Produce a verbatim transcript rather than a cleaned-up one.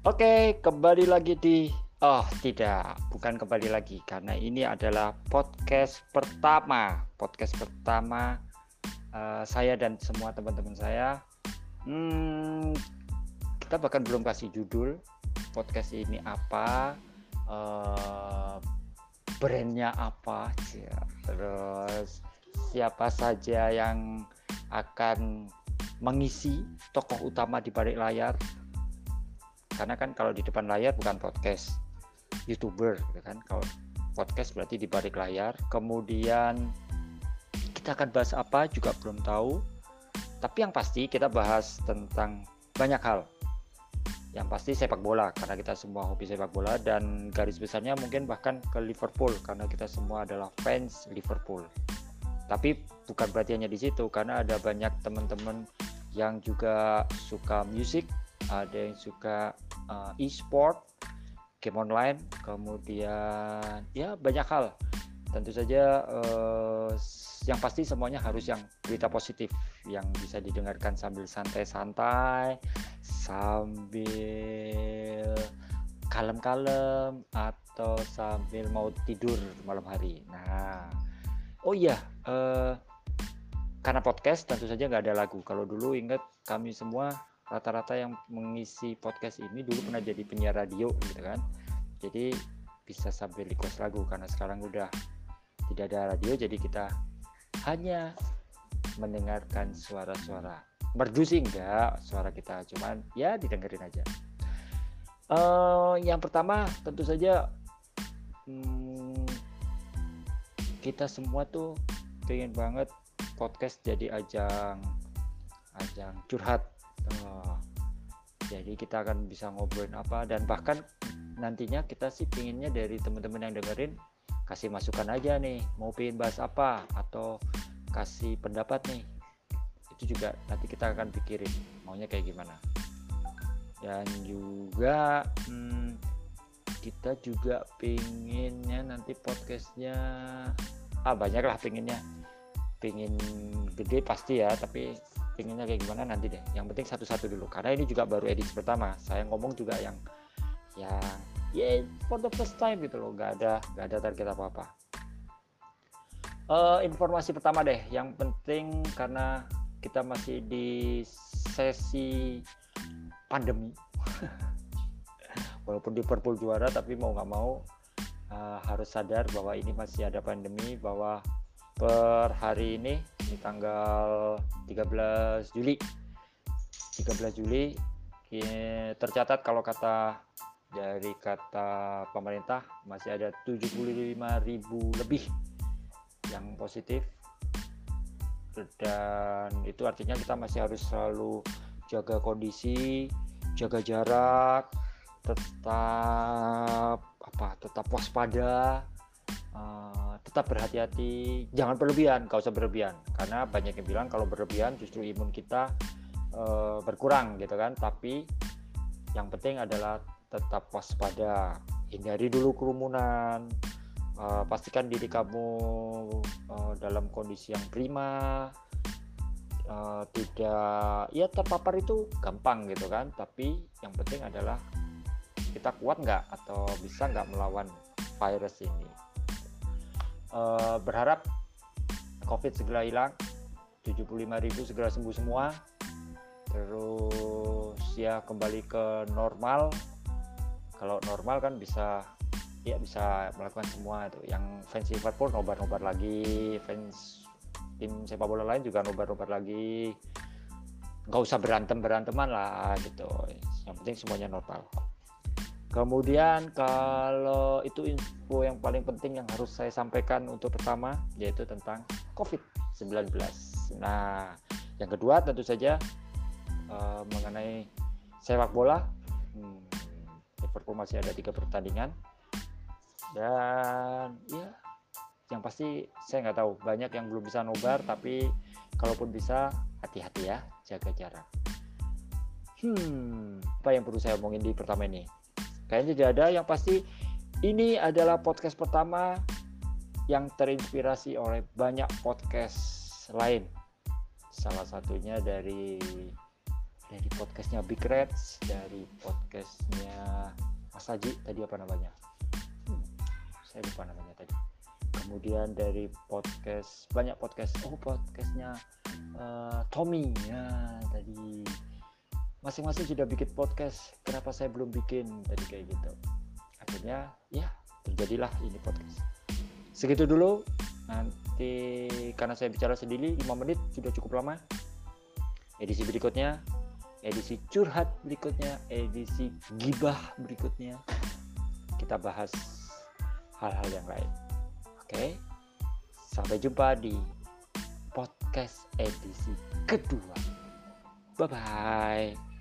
Oke, kembali lagi di Oh, tidak, bukan kembali lagi karena ini adalah podcast pertama. Podcast pertama uh, saya dan semua teman-teman saya. Hmm, kita bahkan belum kasih judul podcast ini apa, uh, brandnya apa, ya. Terus siapa saja yang akan mengisi tokoh utama di balik layar. Karena kan kalau di depan layar bukan podcast YouTuber gitu kan. Kalau podcast berarti di balik layar. Kemudian kita akan bahas apa juga belum tahu. Tapi yang pasti kita bahas tentang banyak hal. Yang pasti sepak bola karena kita semua hobi sepak bola, dan garis besarnya mungkin bahkan ke Liverpool karena kita semua adalah fans Liverpool. Tapi bukan berarti hanya di situ, karena ada banyak teman-teman yang juga suka musik, ada yang suka uh, e-sport, game online, kemudian ya banyak hal. Tentu saja uh, yang pasti semuanya harus yang berita positif yang bisa didengarkan sambil santai-santai, sambil kalem-kalem, atau sambil mau tidur malam hari. Nah, oh iya, uh, karena podcast tentu saja nggak ada lagu. Kalau dulu ingat kami semua rata-rata yang mengisi podcast ini dulu pernah jadi penyiar radio gitu kan. Jadi bisa sambil request lagu, karena sekarang udah tidak ada radio, jadi kita hanya mendengarkan suara-suara. Merdu sih enggak suara kita, cuman ya didengerin aja. Uh, yang pertama tentu saja hmm, kita semua tuh pengen banget podcast jadi ajang ajang curhat. Oh, jadi kita akan bisa ngobrolin apa, dan bahkan nantinya kita sih pinginnya dari teman-teman yang dengerin kasih masukan aja nih, mau pengen bahas apa atau kasih pendapat nih. Itu juga nanti kita akan pikirin maunya kayak gimana. Dan juga hmm, kita juga pinginnya nanti podcastnya ah banyak lah pinginnya. Pingin gede pasti ya, tapi pinginnya kayak gimana nanti deh. Yang penting satu-satu dulu, karena ini juga baru edisi pertama. Saya ngomong juga yang yang ya yeah, for the first time gitu loh, nggak ada nggak ada target apa-apa. Uh, informasi pertama deh, yang penting karena kita masih di sesi pandemi. Walaupun Liverpool juara, tapi mau nggak mau uh, harus sadar bahwa ini masih ada pandemi, bahwa per hari ini di tanggal tiga belas Juli tercatat kalau kata dari kata pemerintah masih ada tujuh puluh lima ribu lebih yang positif, dan itu artinya kita masih harus selalu jaga kondisi, jaga jarak, tetap apa tetap waspada, Uh, tetap berhati-hati, jangan berlebihan, gak usah berlebihan, karena banyak yang bilang kalau berlebihan justru imun kita uh, berkurang gitu kan. Tapi yang penting adalah tetap waspada, hindari dulu kerumunan, uh, pastikan diri kamu uh, dalam kondisi yang prima, uh, tidak ya terpapar itu gampang gitu kan, tapi yang penting adalah kita kuat nggak atau bisa nggak melawan virus ini. Uh, berharap COVID segera hilang, tujuh puluh lima ribu segera sembuh semua, terus ya kembali ke normal. Kalau normal kan bisa ya bisa melakukan semua itu. Yang fans Liverpool nobar-nobar lagi, fans tim sepak bola lain juga nobar-nobar lagi, nggak usah berantem-beranteman lah gitu. Yang penting semuanya normal. Kemudian kalau itu info yang paling penting yang harus saya sampaikan untuk pertama, yaitu tentang covid sembilan belas. Nah, yang kedua tentu saja uh, mengenai sepak bola. Hmm, Liverpool masih ada tiga pertandingan, dan ya yang pasti saya nggak tahu, banyak yang belum bisa nobar, tapi kalaupun bisa hati-hati ya, jaga jarak. Hmm, apa yang perlu saya omongin di pertama ini? Kayaknya tidak ada. Yang pasti ini adalah podcast pertama yang terinspirasi oleh banyak podcast lain. Salah satunya dari dari podcastnya Big Reds, dari podcastnya Mas Haji tadi apa namanya? Hmm, saya lupa namanya tadi. Kemudian dari podcast, banyak podcast, oh podcastnya uh, Tommy ya tadi. Masing-masing sudah bikin podcast, kenapa saya belum bikin tadi kayak gitu. Akhirnya ya terjadilah ini podcast. Segitu dulu. Nanti karena saya bicara sendiri lima menit sudah cukup lama. Edisi berikutnya, edisi curhat berikutnya, edisi gibah berikutnya, kita bahas hal-hal yang lain. Oke, sampai jumpa di podcast edisi kedua. Bye-bye.